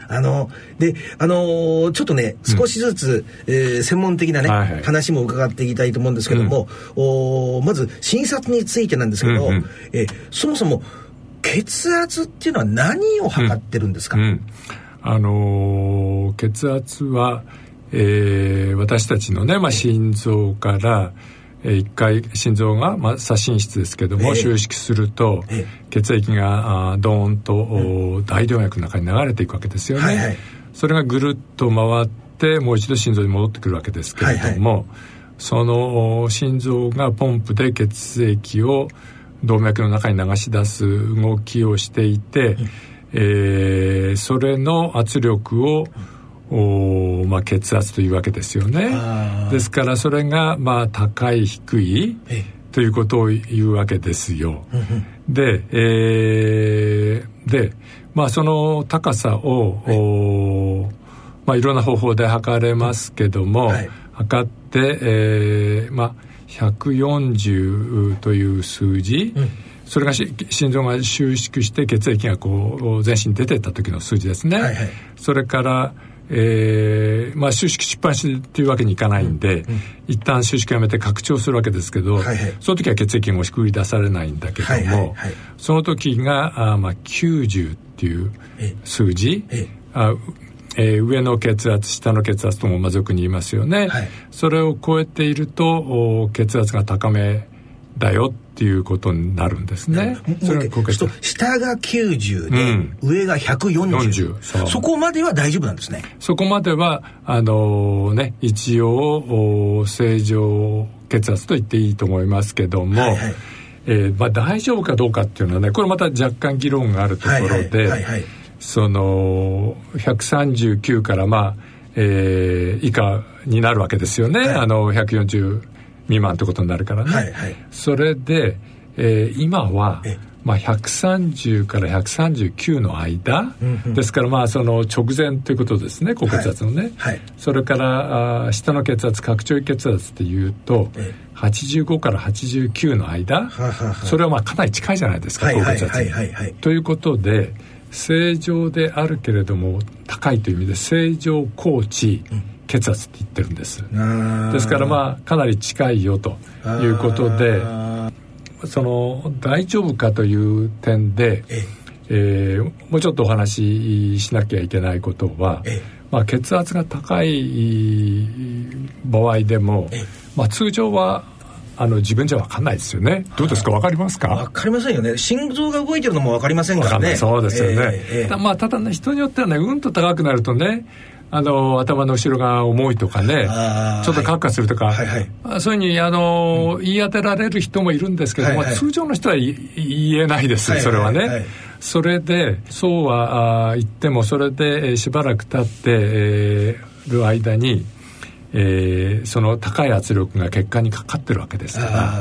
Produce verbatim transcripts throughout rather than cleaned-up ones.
あのであのちょっとね少しずつ、うんえー、専門的なね、はいはい、話も伺っていきたいと思うんですけども、うん、おまず診察についてなんですけど、うんうんえー、そもそも血圧っていうのは何を測ってるんですか？ うんうんあのー、血圧は、えー、私たちのね、まあ、心臓からえー、一回心臓が、まあ、左心室ですけども、えー、収縮すると、えー、血液があドーンと、うん、大動脈の中に流れていくわけですよね、はいはい、それがぐるっと回ってもう一度心臓に戻ってくるわけですけれども、はいはい、その心臓がポンプで血液を動脈の中に流し出す動きをしていて、うんえー、それの圧力を、うんおまあ、血圧というわけですよね。ですからそれがまあ高い低いということを言うわけですよ。で、えー、で、まあ、その高さを、まあ、いろんな方法で測れますけども、はい、測って、えーまあ、ひゃくよんじゅうという数字、うん、それが心臓が収縮して血液がこう全身に出ていった時の数字ですね、はいはい、それからえーまあ、収縮失敗っていうわけにいかないんで、うんうん、一旦収縮やめて拡張するわけですけど、はいはい、その時は血液が送り出されないんだけども、はいはいはい、その時があ、まあ、きゅうじゅうっていう数字、ええあえー、上の血圧下の血圧ともまあ俗に言いますよね、はい、それを超えていると血圧が高めだよっていうことになるんですね。 それ下がきゅうじゅうで、うん、上がひゃくよんじゅう、 そ, そこまでは大丈夫なんですね。 そこまではあのー、ね一応正常血圧と言っていいと思いますけども、はいはいえーまあ、大丈夫かどうかっていうのはねこれまた若干議論があるところで、はいはいはいはい、そのひゃくさんじゅうきゅうからまあ、えー、以下になるわけですよね、はい、あのひゃくよんじゅう未満ってことになるからね、はいはい、それで、えー、今は、まあ、ひゃくさんじゅうからひゃくさんじゅうきゅうの間、うんうん、ですからまあその直前ということですね高血圧のね、はいはい、それからあ下の血圧拡張血圧っていうと、ええ、はちじゅうごからはちじゅうきゅうの間、はははそれはまあかなり近いじゃないですか、はいはい、高血圧に、はいはいはいはい、ということで正常であるけれども高いという意味で正常高値、うん血圧って言ってるんです。ですからまあかなり近いよということでその大丈夫かという点で、ええー、もうちょっとお話ししなきゃいけないことは、まあ、血圧が高い場合でも、まあ、通常はあの自分じゃ分かんないですよね。どうですか、分かりますか？ 分かりませんよね。心臓が動いてるのも分かりませんからね。 そうですよね、えーえー、まあ、ただね人によってはねうんと高くなるとねあの頭の後ろが重いとかねちょっとカッカするとか、はいはいはい、そういうふうにあの、うん、言い当てられる人もいるんですけども、はいはい、通常の人は言えないです、はいはい、それはね、はいはい、それでそうは言ってもそれで、えー、しばらく経って、えー、る間に、えー、その高い圧力が血管にかかってるわけですから、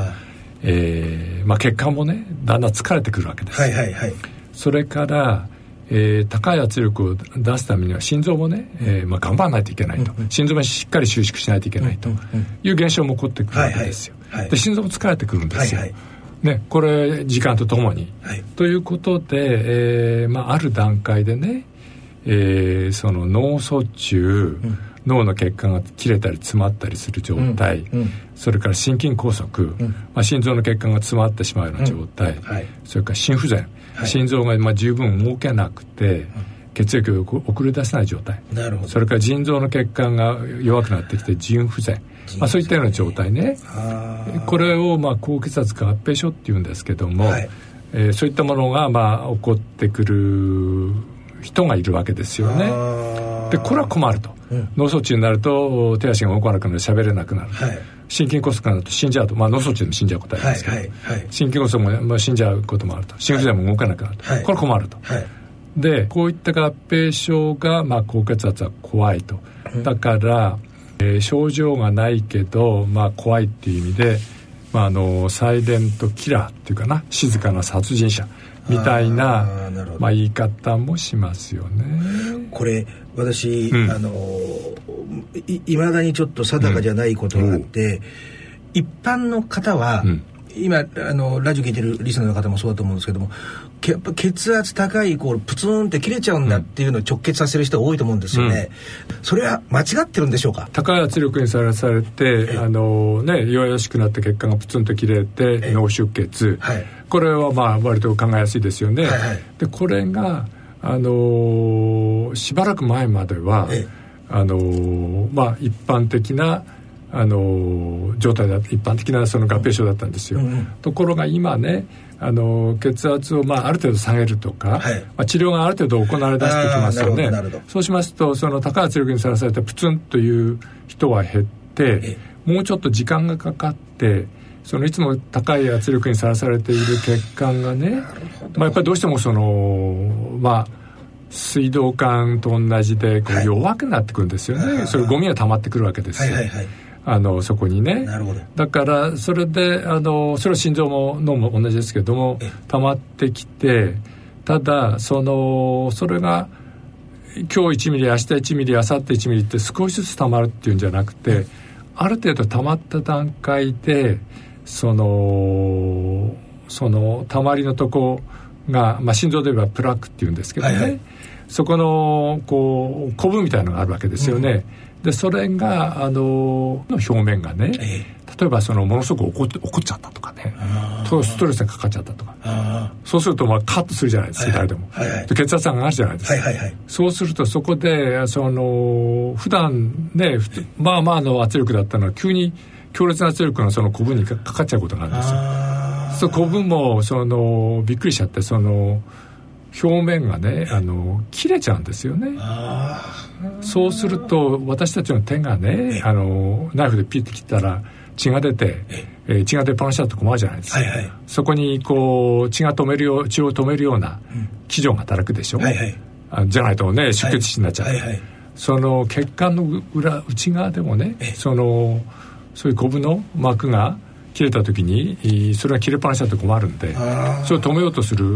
えーまあ、血管もねだんだん疲れてくるわけです、はいはいはい、それからえー、高い圧力を出すためには心臓もね、えーまあ、頑張らないといけないと、うんうん、心臓もしっかり収縮しないといけないという現象も起こってくるわけですよ、はいはいはい、で心臓も疲れてくるんですよ、はいはいね、これ時間とともに、はい、ということで、えーまあ、ある段階でね、えー、その脳卒中、うん、脳の血管が切れたり詰まったりする状態、うんうん、それから心筋梗塞、うんまあ、心臓の血管が詰まってしまうような状態、うんはい、それから心不全、はい、心臓がまあ十分動けなくて、うん、血液を送り出せない状態、なるほど。それから腎臓の血管が弱くなってきて腎不全、まあ、そういったような状態ね。これをまあ高血圧合併症っていうんですけども、はいえー、そういったものがまあ起こってくる人がいるわけですよね。でこれは困ると、うん、脳卒中になると手足が動かなくなる、喋れなくなる、はい、心筋梗塞になると死んじゃうと、まあ、脳卒中でも死んじゃうことありますけど、はいはいはい、心筋梗塞も、まあ、死んじゃうこともあると、心不全も動かなくなると、はい、これ困ると、はい、でこういった合併症が、まあ、高血圧は怖いと、うん、だから、えー、症状がないけど、まあ、怖いっていう意味で、まあ、あのサイレントキラーっていうかな、静かな殺人者みたいな、あ、まあ、言い方もしますよね。 これ私、うん、あのい、いまだにちょっと定かじゃないことがあって、うん、一般の方は、うん、 今あのラジオ聞いてるリスナーの方もそうだと思うんですけども、やっぱ血圧高いイコールプツンって切れちゃうんだっていうのを直結させる人が多いと思うんですよね、うん、それは間違ってるんでしょうか。 高い圧力にさらされてあの、ね、弱々しくなった血管がプツンと切れて脳出血、はい、これはまあ割と考えやすいですよね、はいはい、でこれがあのしばらく前まではあの、まあ、一般的なあの状態だ、一般的なその合併症だったんですよ、うんうん、ところが今ねあの血圧を、まあ、ある程度下げるとか、はい、まあ、治療がある程度行われ出してきますよね。そうしますとその高い圧力にさらされたプツンという人は減ってもうちょっと時間がかかってそのいつも高い圧力にさらされている血管がね、まあ、やっぱりどうしてもそのまあ水道管と同じでこう弱くなってくるんですよね、はい、それゴミが溜まってくるわけですよ、はいはいはい、あのそこにね。なるほど。だからそれであのそれは心臓も脳も同じですけども溜まってきて、ただそのそれが今日いちミリ明日いちミリ明後日いちミリって少しずつ溜まるっていうんじゃなくて、ある程度溜まった段階でそのその溜まりのとこが、まあ、心臓で言えばプラークっていうんですけどね、はいはい、そこのこうコブみたいなのがあるわけですよね、うん、でそれがあの表面がね、えー、例えばそのものすごく怒っ、怒っちゃったとかね、ストレスがかかっちゃったとか、そうするとまあカットするじゃないですか、誰でも、はいはい、で血圧が上がるじゃないですか、はいはいはい、そうするとそこでその普段ねまあまあの圧力だったのは急に強烈な圧力がそのコブにかかっちゃうことがあるんですよ。そうコブもそのびっくりしちゃってその表面がねあの切れちゃうんですよね。そうすると私たちの手がねあのナイフでピッて切ったら血が出て、えー、血が出っ放しだと困るじゃないですか、はいはい、そこにこう血が止めるよう血を止めるような基準が働くでしょ、はいはい、あじゃないとね出血死になっちゃう、はいはいはい、その血管の裏内側でもねそのそういうコブの膜が切れた時にそれが切れっぱなしだと困るんでそれを止めようとする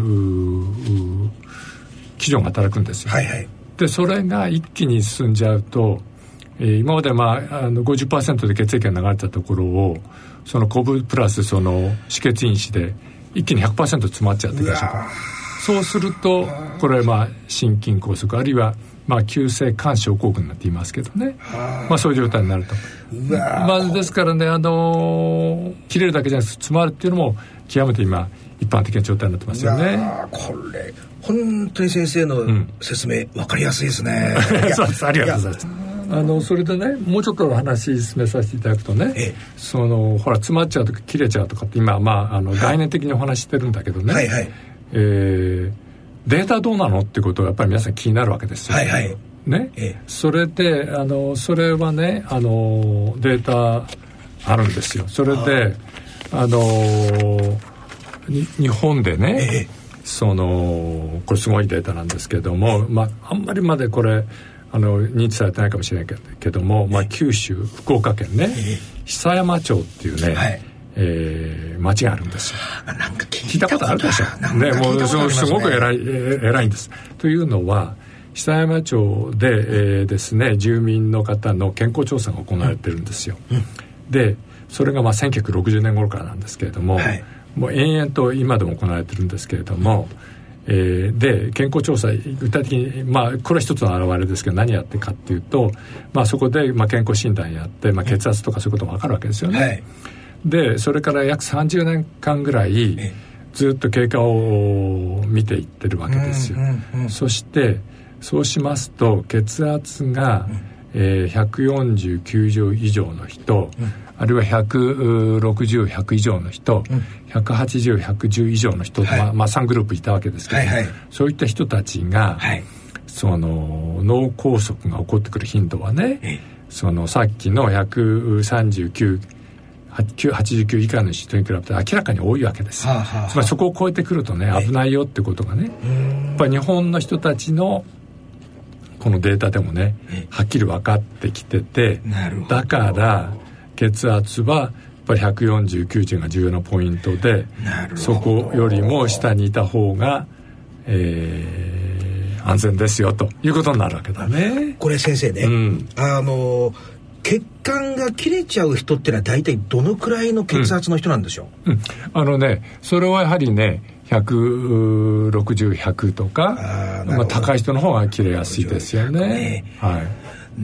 基準が働くんですよ、はいはい、でそれが一気に進んじゃうと、えー、今まで、まあ、あの ごじゅっパーセント で血液が流れたところをそのコブプラスその止血因子で一気に ひゃくパーセント 詰まっちゃってください。そうするとこれはまあ心筋梗塞あるいはまあ急性肝症候群なんて言いますけどね、まあ、そういう状態になると、まあ、ですからね、あのー、切れるだけじゃなくて詰まるっていうのも極めて今一般的な状態になってますよね。 これ本当に先生の説明、うん、分かりやすいですねそうです、ありがとうございます。あのそれでねもうちょっと話進めさせていただくとね、ええ、そのほら詰まっちゃうとか切れちゃうとかって今、まあ、あの概念的にお話してるんだけどね、はいはい、えーデータどうなのってことがやっぱり皆さん気になるわけですよ、はいはいねええ、それであのそれはねあのデータあるんですよ。それであの日本でね、ええ、そのこれすごいデータなんですけども、まあ、あんまりまでこれあの認知されてないかもしれないけども、まあ、九州福岡県ね、ええ、久山町っていうね、はい、えー、町があるんですよ。 なんか聞いたことあるでしょ。ね、もうすごく偉い、偉いんです。というのは久山町で、えー、ですね住民の方の健康調査が行われてるんですよ、うん、でそれがまあせんきゅうひゃくろくじゅうねん頃からなんですけれども、はい、もう延々と今でも行われてるんですけれども、うん、えー、で健康調査具体的に、まあ、これは一つの表れですけど何やってかっていうと、まあ、そこで、まあ、健康診断やって、まあ、血圧とかそういうことも分かるわけですよね、はい、でそれから約さんじゅうねんかんぐらいずっと経過を見ていってるわけですよ、うんうんうん、そしてそうしますと血圧が、うんえー、ひゃくよんじゅうきゅうじょう以上の人、うん、あるいはひゃくろくじゅう、ひゃく以上の人、うん、ひゃくはちじゅう、ひゃくじゅう以上の人、はいまあまあ、さんグループいたわけですけど、はいはい、そういった人たちが、はい、その脳梗塞が起こってくる頻度はね、はい、そのさっきのひゃくさんじゅうきゅうはちじゅうきゅう以下の人に比べて明らかに多いわけですよ、はあはあ、つまりそこを超えてくるとね危ないよってことがね、やっぱり日本の人たちのこのデータでもねはっきり分かってきてて、だから血圧はやっぱりひゃくよんじゅうきゅうが重要なポイントで、そこよりも下にいた方が、えー、安全ですよということになるわけだね。 これ先生ね、うん、あの血管が切れちゃう人ってのは大体どのくらいの血圧の人なんでしょう？ うんうん、あのねそれはやはりねひゃくろくじゅう、ひゃくとかあ、まあ、高い人の方が切れやすいですよね。はい、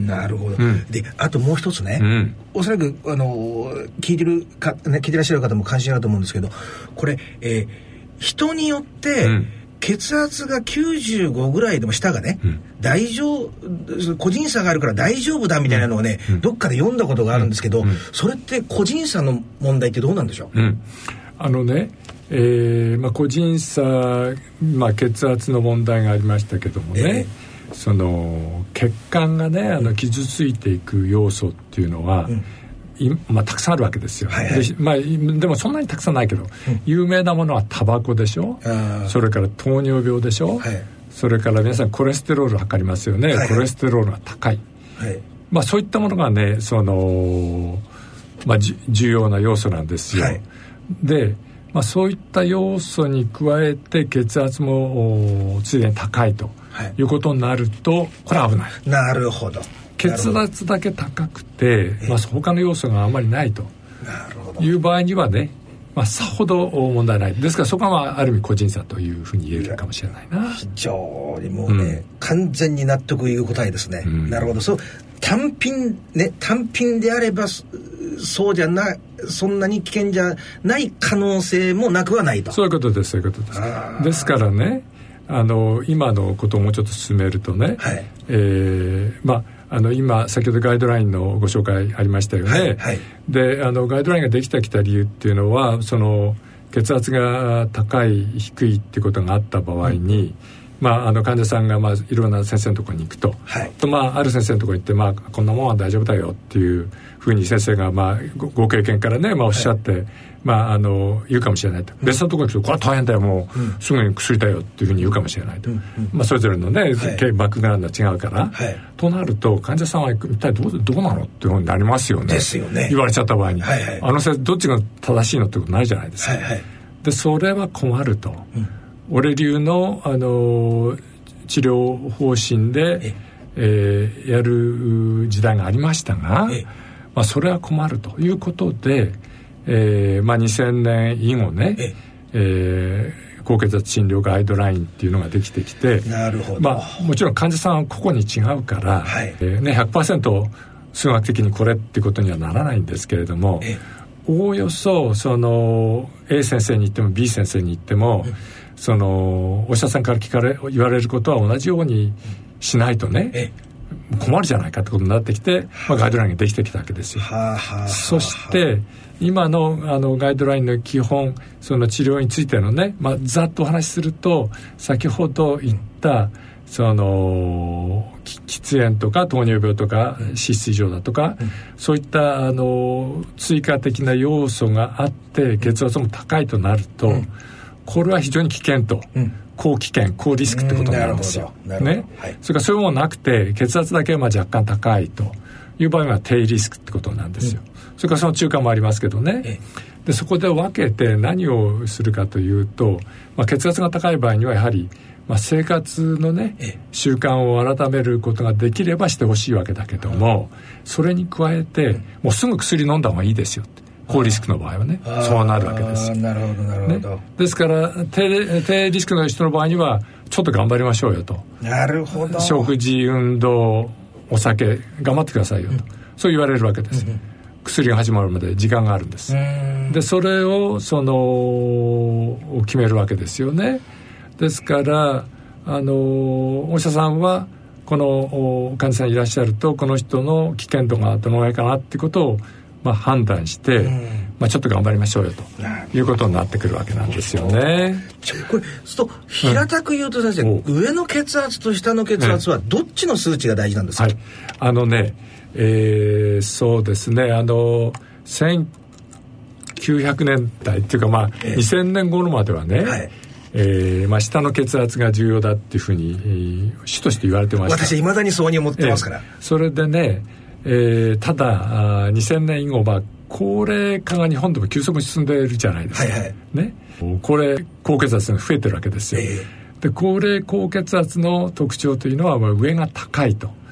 なるほど、うん、であともう一つね、うん、おそらくあの聞いてるか、ね、聞いてらっしゃる方も関心あると思うんですけど、これ、えー、人によって、うん、血圧がきゅうじゅうごぐらいでも下がね、うん、大丈夫個人差があるから大丈夫だみたいなのをね、うん、どっかで読んだことがあるんですけど、うん、それって個人差の問題ってどうなんでしょう？うん、 あのね、えーまあ、個人差、まあ、血圧の問題がありましたけどもね、えー、その血管がねあの傷ついていく要素っていうのは、うんまあ、たくさんあるわけですよ、はいはい、で, まあ、でもそんなにたくさんないけど、うん、有名なものはタバコでしょ、それから糖尿病でしょ、はい、それから皆さんコレステロール測りますよね、はいはい、コレステロールが高い、はい、まあ、そういったものがねその、まあ、重要な要素なんですよ、はい、で、まあ、そういった要素に加えて血圧もついでに高いということになると、これは危ない。 なるほど。 血圧だけ高くて、まあ、他の要素があまりないという場合にはね、まあ、さほど問題ないですから、そこはまあある意味個人差というふうに言えるかもしれないな。 非常にもうね、うん、完全に納得いく答えですね、うん、なるほど。そう単品ね単品であればそうじゃなそんなに危険じゃない可能性もなくはないと。 そういうことですそういうことです。ですからねあの今のことをもうちょっと進めるとね、はい、えー、まああの今先ほどガイドラインのご紹介ありましたよね、はいはい、であのガイドラインができてきた理由っていうのはその血圧が高い低いっていうことがあった場合に、うん、まあ、あの患者さんがまあいろんな先生のところに行くと、はい、とまあ、ある先生のところに行って、まあ、こんなもんは大丈夫だよっていうふうに先生がまあ ご, ご経験からね、まあ、おっしゃって、はい、まあ、あの言うかもしれないと、うん、別のところに行くとこれは大変だよもう、うん、すぐに薬だよっていうふうに言うかもしれないと、うんうん、まあ、それぞれのね、はい、バックグラウンドは違うから、はい、となると患者さんは一体ど う, どうなのっていうふうになりますよね。 ですよね。 言われちゃった場合に、はいはい、あの先生どっちが正しいのってことないじゃないですか、はいはい、でそれは困ると、うん、俺流のあの治療方針で、ええー、やる時代がありましたが、まあ、それは困るということで、えーまあ、にせんねん以後ね、ええー、高血圧診療ガイドラインっていうのができてきて、 なるほど、 まあ、もちろん患者さんは個々に違うから、はい、えーね、ひゃくパーセント 数学的にこれっていうことにはならないんですけれども、おおよそその A 先生に言っても B 先生に言っても、うん、そのお医者さんから聞かれ言われることは同じようにしないとね、ええ、困るじゃないかってことになってきて、まあ、ガイドラインができてきたわけですよ。はあはあはあ、そして今 の, あのガイドラインの基本その治療についてのね、まあ、ざっとお話しすると先ほど言ったその喫煙とか糖尿病とか脂質異常だとか、うん、そういったあの追加的な要素があって血圧も高いとなると、うん、これは非常に危険と、うん、高危険高リスクってことになるんですよ、ね、はい、それからそういうものなくて血圧だけはまあ若干高いという場合は低リスクってことなんですよ、うん、それからその中間もありますけどね、ええ、でそこで分けて何をするかというと、まあ、血圧が高い場合にはやはりまあ、生活のね習慣を改めることができればしてほしいわけだけども、それに加えてもうすぐ薬飲んだ方がいいですよって高リスクの場合はねそうなるわけですよ。 なるほどなるほど、ね、 ですから低、低リスクの人の場合にはちょっと頑張りましょうよと。 なるほど。 食事運動お酒頑張ってくださいよと、うん、そう言われるわけです、うん、薬が始まるまで時間があるんです。でそれをその決めるわけですよね。ですからあのお医者さんはこの患者さんいらっしゃるとこの人の危険度がどのぐらいかなっていうことを、まあ、判断して、うん、まあ、ちょっと頑張りましょうよということになってくるわけなんですよね。 これそう平たく言うと先生、うん、上の血圧と下の血圧はどっちの数値が大事なんですか？はい、 あのね、えー、そうですねあのせんきゅうひゃくねんだいっていうか、まあ、えー、にせんねん頃まではね、はい、えーまあ、下の血圧が重要だっていうふうに、えー、主として言われてました。 私未だにそうに思ってますから、 えー、それでね、えー、ただあにせんねん以後、まあ、高齢化が日本でも急速に進んでいるじゃないですか、はいはい、ね、高齢高血圧が増えてるわけですよ、えー、で高齢高血圧の特徴というのは、まあ、上が高いと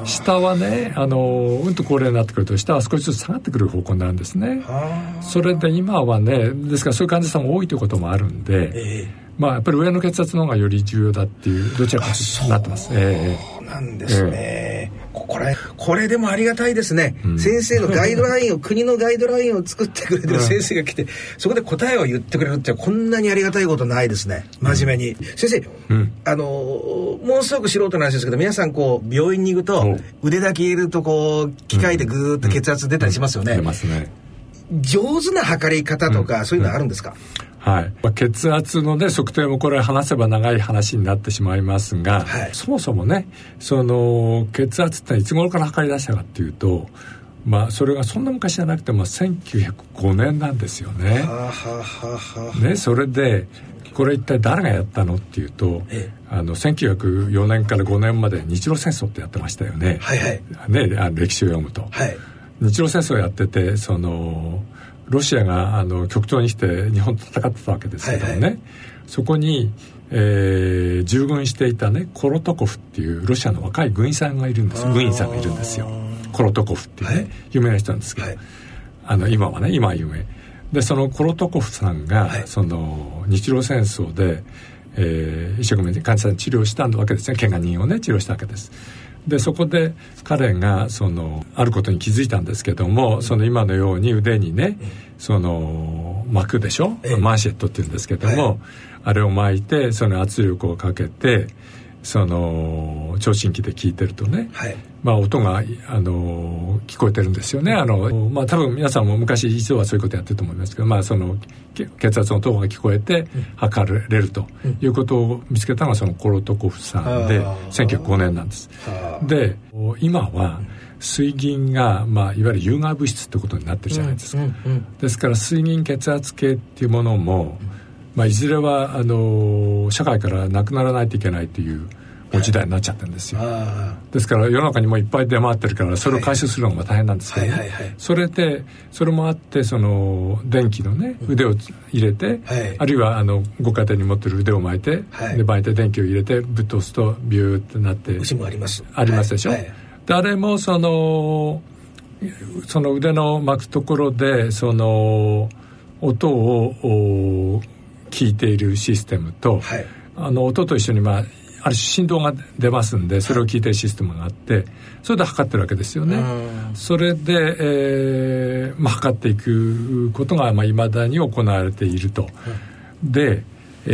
下はねあのうんと高齢になってくると下は少しずつ下がってくる方向になるんですね。それで今はねですからそういう患者さんが多いということもあるんで、えー、まあやっぱり上の血圧の方がより重要だっていうどちらかとなってます。 そうなんですね、えーこれこれでもありがたいですね、うん、先生のガイドラインを国のガイドラインを作ってくれてる先生が来て、うん、そこで答えを言ってくれるってこんなにありがたいことないですね。真面目に、うん、先生、うん、あのもうすごく素人の話ですけど皆さんこう病院に行くと腕だけ入れるとこう機械でグーッと血圧出たりしますよね、 うんうん、出ますね。 上手な測り方とか、うん、そういうのあるんですか？ はい、血圧の、ね、測定もこれ話せば長い話になってしまいますが、はい、そもそもねその血圧っていつ頃から測り出したかっていうと、まあ、それがそんな昔じゃなくてもせんきゅうひゃくごねんなんですよね。ははははねそれでこれ一体誰がやったのっていうと、ええ、あのせんきゅうひゃくよねんからごねんまで日露戦争ってやってましたよね。はいはいね、あの歴史を読むと、はい、日露戦争やっててそのロシアがあの極東に来て日本と戦ってたわけですけどもね、はいはい、そこに、えー、従軍していたねコロトコフっていうロシアの若い軍員さんがいるんです軍員さんがいるんですよ。コロトコフっていうね、はい、有名な人なんですけど、はい、あの今はね今は有名でそのコロトコフさんが、はい、その日露戦争で、えー、一生懸命患者さん治療したわけですね。怪我人をね治療したわけです。でそこで彼がそのあることに気づいたんですけども、その今のように腕にねその巻くでしょ、マーシェットっていうんですけども、はい、あれを巻いてその圧力をかけてその聴診器で聞いてるとね、はい、まあ音があの聞こえてるんですよね。あのまあ多分皆さんも昔一度はそういうことやってると思いますけど、まあその血圧の音が聞こえて測れるということを見つけたのがそのコロトコフさんでせんきゅうひゃくごねんなんです。で今は水銀が、まあ、いわゆる有害物質ってことになってるじゃないですか、うんうんうん、ですから水銀血圧計っていうものも、まあ、いずれはあの社会からなくならないといけないという時代になっちゃってるんですよ。ですから世の中にもいっぱい出回ってるからそれを回収するのが大変なんですけど、ねはいはいはいはい、それでそれもあってその電気のね腕を入れて、はい、あるいはあのご家庭に持ってる腕を巻いて、はい、で巻いて電気を入れてぶっ通すとビューってなってうちもありますありますでしょ、はいはい、誰もそのその腕の巻くところでその音を聞いているシステムと、はい、あの音と一緒にまあある種振動が出ますんでそれを聞いてるシステムがあってそれで測ってるわけですよね。それで、えーまあ、測っていくことがいまだに行われていると、うん、で、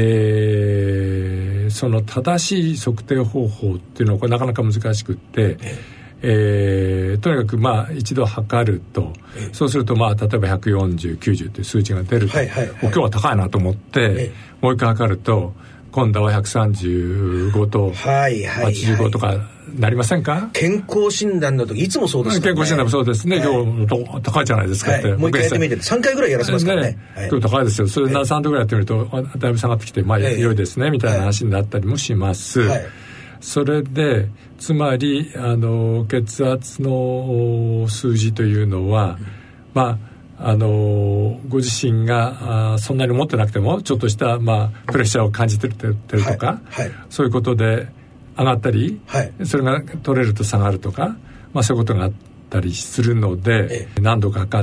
えー、その正しい測定方法っていうのはこれなかなか難しくって、えー、とにかくまあ一度測るとそうするとまあ例えばひゃくよんじゅう、きゅうじゅうという数値が出ると、はいはいはい、今日は高いなと思ってもう一回測ると今度はひゃくさんじゅうごとはちじゅうごとかなりませんか、はいはいはい、健康診断の時いつもそうですからね。 健康診断もそうですね、はい、今日高いじゃないですかって、 はい、もう一回やってみてさんかいぐらいやらせますからね、 はい、今日高いですよそれでさんどぐらいやってみるとだいぶ下がってきてまあ良いですね、はい、みたいな話になったりもします、はい、それでつまりあの血圧の数字というのは、うん、まああのご自身があそんなに持ってなくてもちょっとした、まあ、プレッシャーを感じてるとか、はいはい、そういうことで上がったり、はい、それが取れると下がるとか、まあ、そういうことがあったりするので、ええ、何度かかって、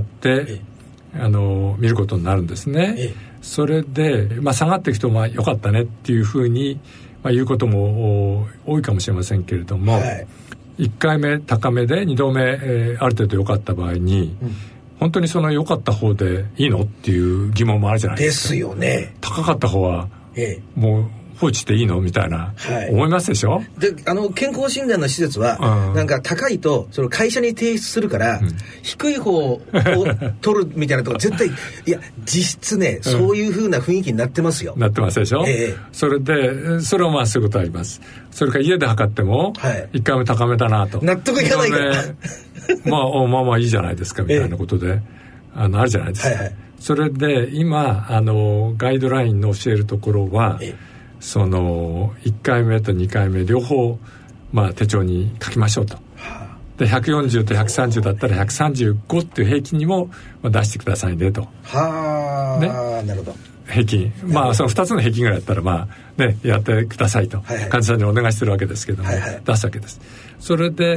え、あの見ることになるんですね。それで、まあ、下がっていくとまあよかったねっていうふうに、まあ、言うことも多いかもしれませんけれども、はい、いっかいめ高めでにどめ、えー、ある程度良かった場合に、うん本当にその良かった方でいいのっていう疑問もあるじゃないですか。 ですよね。 高かった方はもう放置していいのみたいな、はい、思いますでしょ。 であの健康診断の施設は、うん、なんか高いとその会社に提出するから、うん、低い方を取るみたいなとこ絶対いや実質ね、うん、そういう風な雰囲気になってますよ。 なってますでしょ、えー、それでそれはまあそういうことあります。それから家で測っても、はい、いっかいめ高めだなと納得いかないからまあまあまあいいじゃないですかみたいなことで、えー、あのあるじゃないですか、はいはい、それで今あのガイドラインの教えるところは、えーそのいっかいめとにかいめ両方、まあ、手帳に書きましょうと、はあ、でひゃくよんじゅうとひゃくさんじゅうだったらひゃくさんじゅうごっていう平均にも出してくださいねと。 はあ、ね、なるほど。 平均まあそのふたつの平均ぐらいだったらまあねやってくださいと、はいはい、患者さんにお願いしてるわけですけども、はいはい、出すわけです。それで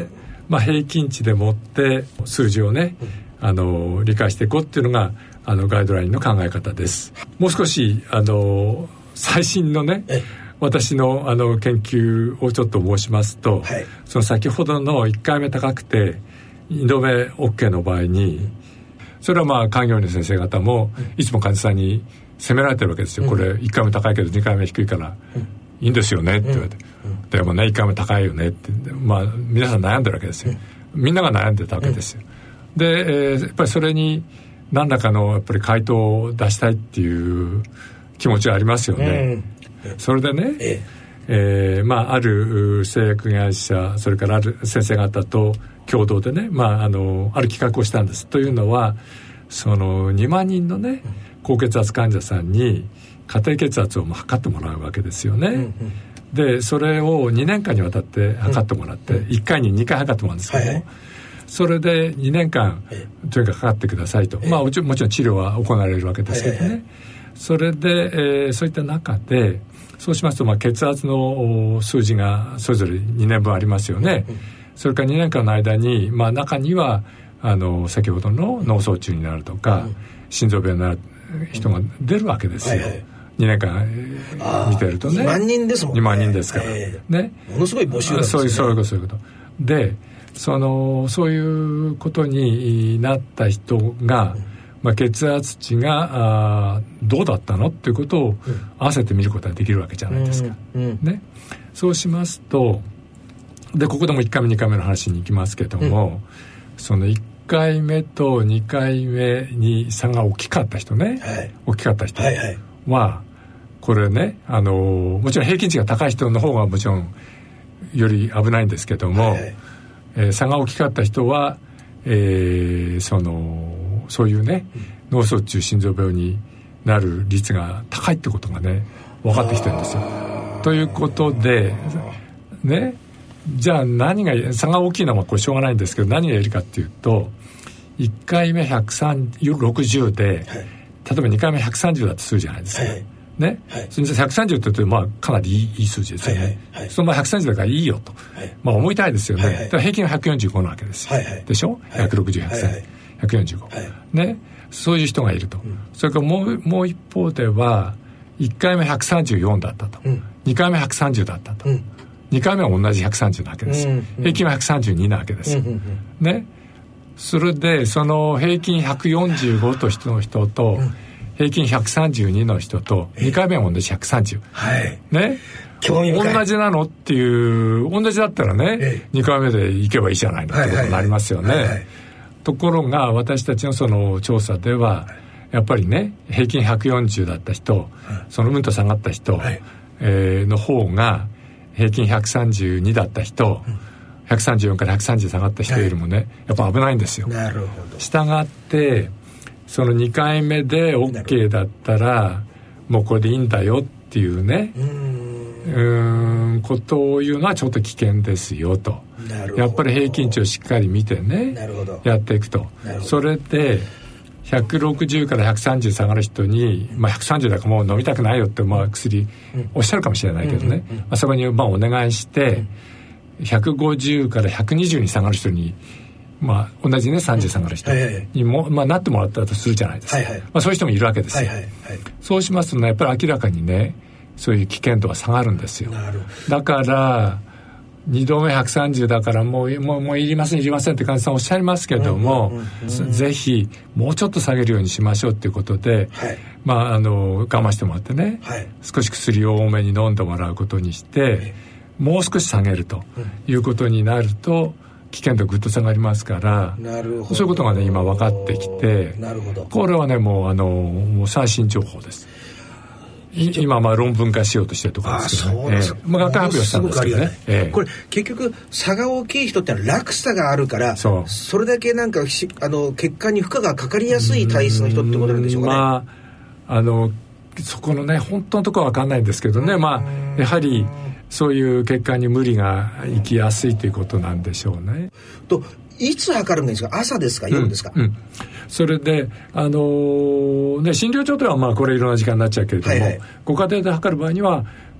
まあ、平均値でもって数字をね、うん、あの理解していこうっていうのがあのガイドラインの考え方です。もう少しあの最新のね私 の, あの研究をちょっと申しますと、はい、その先ほどのいっかいめ高くてにどめ OK の場合に、うん、それはまあ開業医の先生方もいつも患者さんに責められてるわけですよ、うん、これいっかいめ高いけどにかいめ低いからいいんですよねって言われて、うんうん、でもねいっかいめ高いよねって、まあ皆さん悩んでるわけですよ、うん、みんなが悩んでたわけですよ、うん、で、えー、やっぱりそれに何らかのやっぱり回答を出したいっていう気持ちはありますよね、うん、それでね、えええーまあ、ある製薬会社それからある先生方と共同でね、まあ、あのある企画をしたんです。というのはそのにまんにんのね高血圧患者さんに家庭血圧を測ってもらうわけですよね、うんうん、でそれをにねんかんにわたって測ってもらって、うん、いっかいににかい測ってもらうんですけども、はいはい、それでにねんかんとにかく測ってくださいと、まあ、もちろん治療は行われるわけですけどね、はいはいはい、それで、えー、そういった中でそうしますと、まあ、血圧の数字がそれぞれにねんぶんありますよね、うん、それからにねんかんの間に、まあ、中にはあの先ほどの脳卒中になるとか、うん、心臓病になる人が出るわけですよ、はいはい、にねんかん見てるとねにまんにんですもんね。 にまんにんですから、 えー、 ね、 ものすごい募集なんですね。 そういうそういうことそういうことでそのそういうことになった人が、うんまあ、血圧値があどうだったのっていうことを合わせて見ることができるわけじゃないですか、うんうんね、そうしますとでここでもいっかいめにかいめの話に行きますけども、うん、そのいっかいめとにかいめに差が大きかった人ね、はい、大きかった人は、はいはい、これねあのもちろん平均値が高い人の方がもちろんより危ないんですけども、はいはいえー、差が大きかった人は、えー、そのそういうね、うん、脳卒中心臓病になる率が高いってことがね分かってきてるんですよ。ということでねじゃあ何が差が大きいのはこれしょうがないんですけど何がいるかっていうといっかいめひゃくろくじゅうで、はい、例えばにかいめひゃくさんじゅうだとするじゃないですか、はいねはい、それじゃひゃくさんじゅうって言うと、まあ、かなりいい、いい数字ですよね、はいはいはい、そのままひゃくさんじゅうだからいいよと、はいまあ、思いたいですよね、はいはい、だから平均はひゃくよんじゅうごなわけですよ、はいはい、でしょ、はい、ひゃくろくじゅう、ひゃくさんじゅう、はいはい、ひゃくよんじゅうご、はいね、そういう人がいると、うん、それからもう、もう一方ではいっかいめひゃくさんじゅうよんだったと、うん、にかいめひゃくさんじゅうだったと、うん、にかいめは同じひゃくさんじゅうなわけですよ、うんうん、平均はひゃくさんじゅうになわけですよ、うんうんうん、ねそれでその平均ひゃくよんじゅうごと人の人と、うん平均ひゃくさんじゅうにの人とにかいめは同じひゃくさんじゅう、はいね、興味深い同じなのっていう同じだったらね、ええ、にかいめで行けばいいじゃないのってことになりますよね、はいはいはいはい、ところが私たちのその調査ではやっぱりね平均ひゃくよんじゅうだった人、はい、そのうんと下がった人、はいえー、の方が平均ひゃくさんじゅうにだった人、うん、ひゃくさんじゅうよんからひゃくさんじゅう下がった人よりもね、はい、やっぱ危ないんですよ。 なるほど。 したがってそのにかいめで OK だったらもうこれでいいんだよっていうねうーんうーんことを言うのはちょっと危険ですよと。なるほど。やっぱり平均値をしっかり見てねなるほどやっていくと。それでひゃくろくじゅうからひゃくさんじゅう下がる人に、まあ、ひゃくさんじゅうだからもう飲みたくないよって、まあ、薬おっしゃるかもしれないけどね、まあ、そこにまあお願いしてひゃくごじゅうからひゃくにじゅうに下がる人にまあ、同じねさんじゅう下がる人にも、はいはいまあ、なってもらったとするじゃないですか、はいはいまあ、そういう人もいるわけですよ、はいはいはい、そうしますとねやっぱり明らかにねそういう危険度が下がるんですよ。なるだからにどめひゃくさんじゅうだからもう、もう、もういりませんいりませんって患者さんおっしゃいますけども、うんうんうんうん、ぜひもうちょっと下げるようにしましょうっていうことで、はいまあ、あの我慢してもらってね、はい、少し薬を多めに飲んでもらうことにして、はい、もう少し下げるということになると危険度ぐっと下がりますから、なるほどそういうことがね今分かってきて、なるほどこれはねもうあのもう最新情報です。今まあ論文化しようとしてるところですけどね。あそうです、えーまあ、学会発表したんですけどね、えー、 これ結局差が大きい人ってのは落差があるからそ, それだけなんかあの血管に負荷がかかりやすい体質の人ってことなんでしょうかね。 まああのそこのね本当のところは分かんないんですけどね、まあやはりそういう血管に無理がいきやすいということなんでしょうね。 といつ測るんですか？朝ですか夜ですか？ うんうん、それであのーね、診療所ではまあこれいろんな時間になっちゃうけれども、はいはい、ご家庭で測る場合には、ま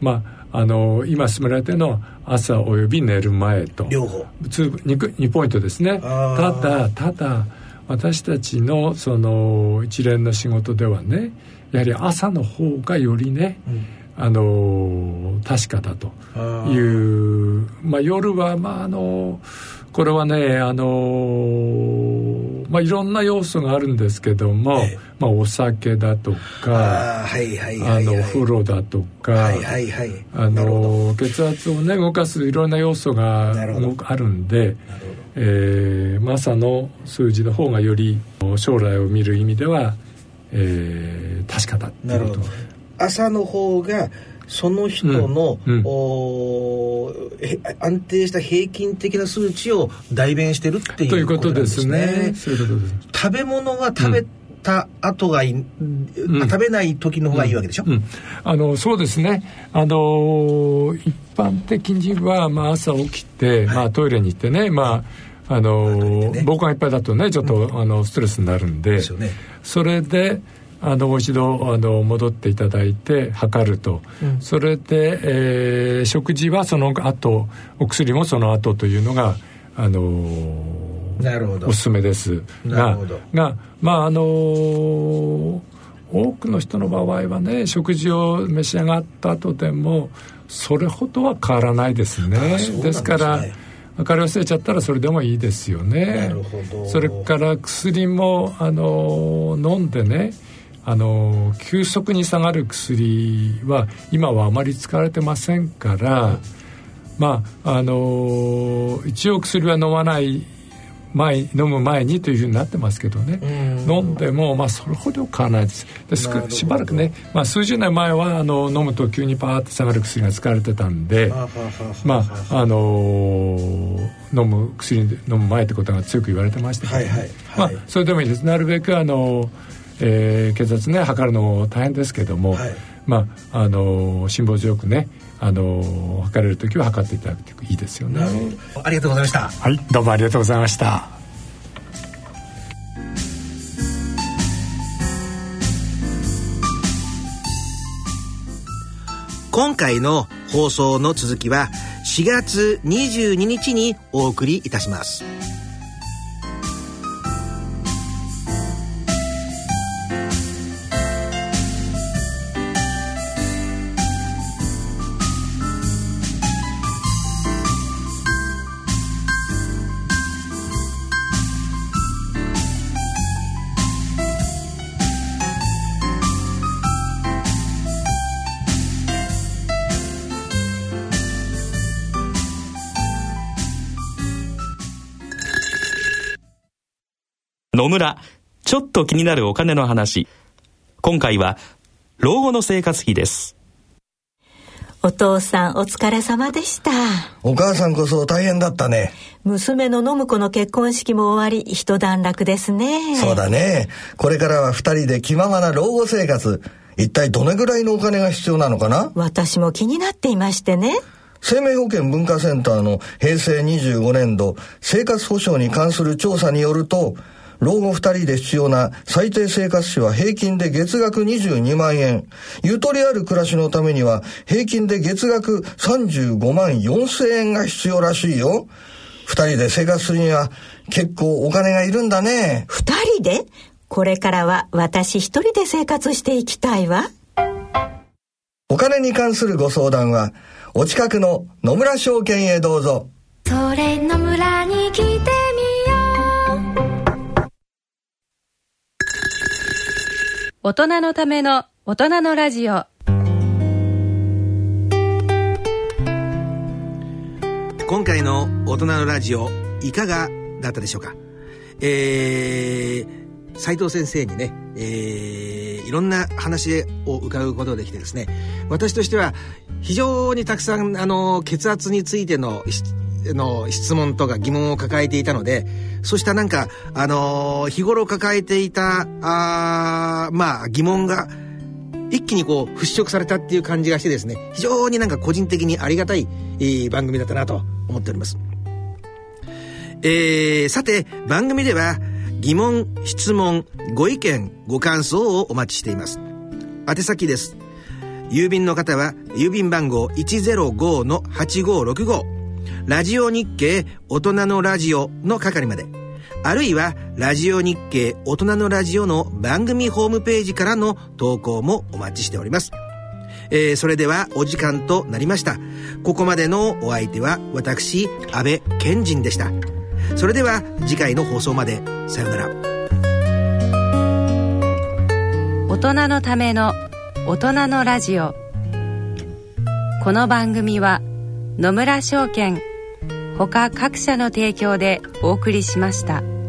あの今勧められているのは朝および寝る前と両方 2, にポイントですね。ただただ私たちのその一連の仕事ではね、やはり朝の方がよりね、うん、あの確かだという、まあ、夜はまああのこれはね、あのまあ、いろんな要素があるんですけども、ええ、まあ、お酒だとか、風呂だとか、はいはいはい、あの血圧をね動かすいろんな要素があるんで、えー、朝の数字の方がより将来を見る意味では、えー、確かだっていうこと。 朝の方がその人の、うんうん、お安定した平均的な数値を代弁してるっていうことなんですね。ということですね。そういうことです。食べ物は食べた後がいい、うん、食べない時の方がいいわけでしょ、うんうん、 あのそうですね。あの一般的には、まあ、朝起きて、はい、まあ、トイレに行ってね、まああのね、膀胱がいっぱいだとねちょっと、うん、あのストレスになるんで、ですよね、それであのもう一度あの戻っていただいて測ると、うん、それで、えー、食事はその後、お薬もその後というのがあのー、なるほどおすすめですが、がまああのー、多くの人の場合はね、食事を召し上がった後でもそれほどは変わらないですね。ですね。ですから測り忘れちゃったらそれでもいいですよね。なるほど。それから薬もあのー、飲んでね、あの急速に下がる薬は今はあまり使われてませんから、うん、まああの一応薬は飲まない前飲む前にというふうになってますけどね、うん、飲んでも、まあ、それほど変わらないです。でしばらくね、まあ、数十年前はあの飲むと急にパーッと下がる薬が使われてたんで、まああの飲む薬飲む前ってことが強く言われてましたけど、ね、はいはいはい、まあ、それでもいいです。なるべくあのえー、血圧ね測るのも大変ですけども、はい、まああの辛抱強くねあの測れるときは測っていただくといいですよね。 ありがとうございました。 はい、どうもありがとうございました。 今回の放送の続きはしがつにじゅうににちにお送りいたします。 野村、ちょっと気になるお金の話。今回は老後の生活費です。 お父さんお疲れ様でした。 お母さんこそ大変だったね。 娘の信子の結婚式も終わり一段落ですね。 そうだね。これからは二人で気ままな老後生活。一体どれぐらいのお金が必要なのかな。 私も気になっていましてね。 生命保険文化センターのへいせいにじゅうごねんど生活保障に関する調査によると、老後二人で必要な最低生活費は平均で月額にじゅうにまんえん。ゆとりある暮らしのためには平均で月額さんじゅうごまんよんせんえんが必要らしいよ。二人で生活するには結構お金がいるんだね。 二人で？これからは私一人で生活していきたいわ。 お金に関するご相談はお近くの野村証券へどうぞ。 それ野村に来てみよう。 大人のための大人のラジオ。 今回の大人のラジオいかがだったでしょうか。えー、斉藤先生にね、えー、いろんな話を伺うことができてですね、私としては非常にたくさんあの血圧についてのの質問とか疑問を抱えていたので、そうしたなんかあのー、日頃抱えていたあまあ疑問が一気にこう払拭されたっていう感じがしてですね、非常になんか個人的にありがたい、えー、番組だったなと思っております。えー、さて番組では疑問、質問、ご意見、ご感想をお待ちしています。宛先です。 郵便の方は郵便番号 いちゼロごのはちごろくご、ラジオ日経大人のラジオの係まで、あるいはラジオ日経大人のラジオの番組ホームページからの投稿もお待ちしております。えー、それではお時間となりました。ここまでのお相手は私安倍賢人でした。それでは次回の放送まで。さようなら。 大人のための大人のラジオ。この番組は野村証券他各社の提供でお送りしました。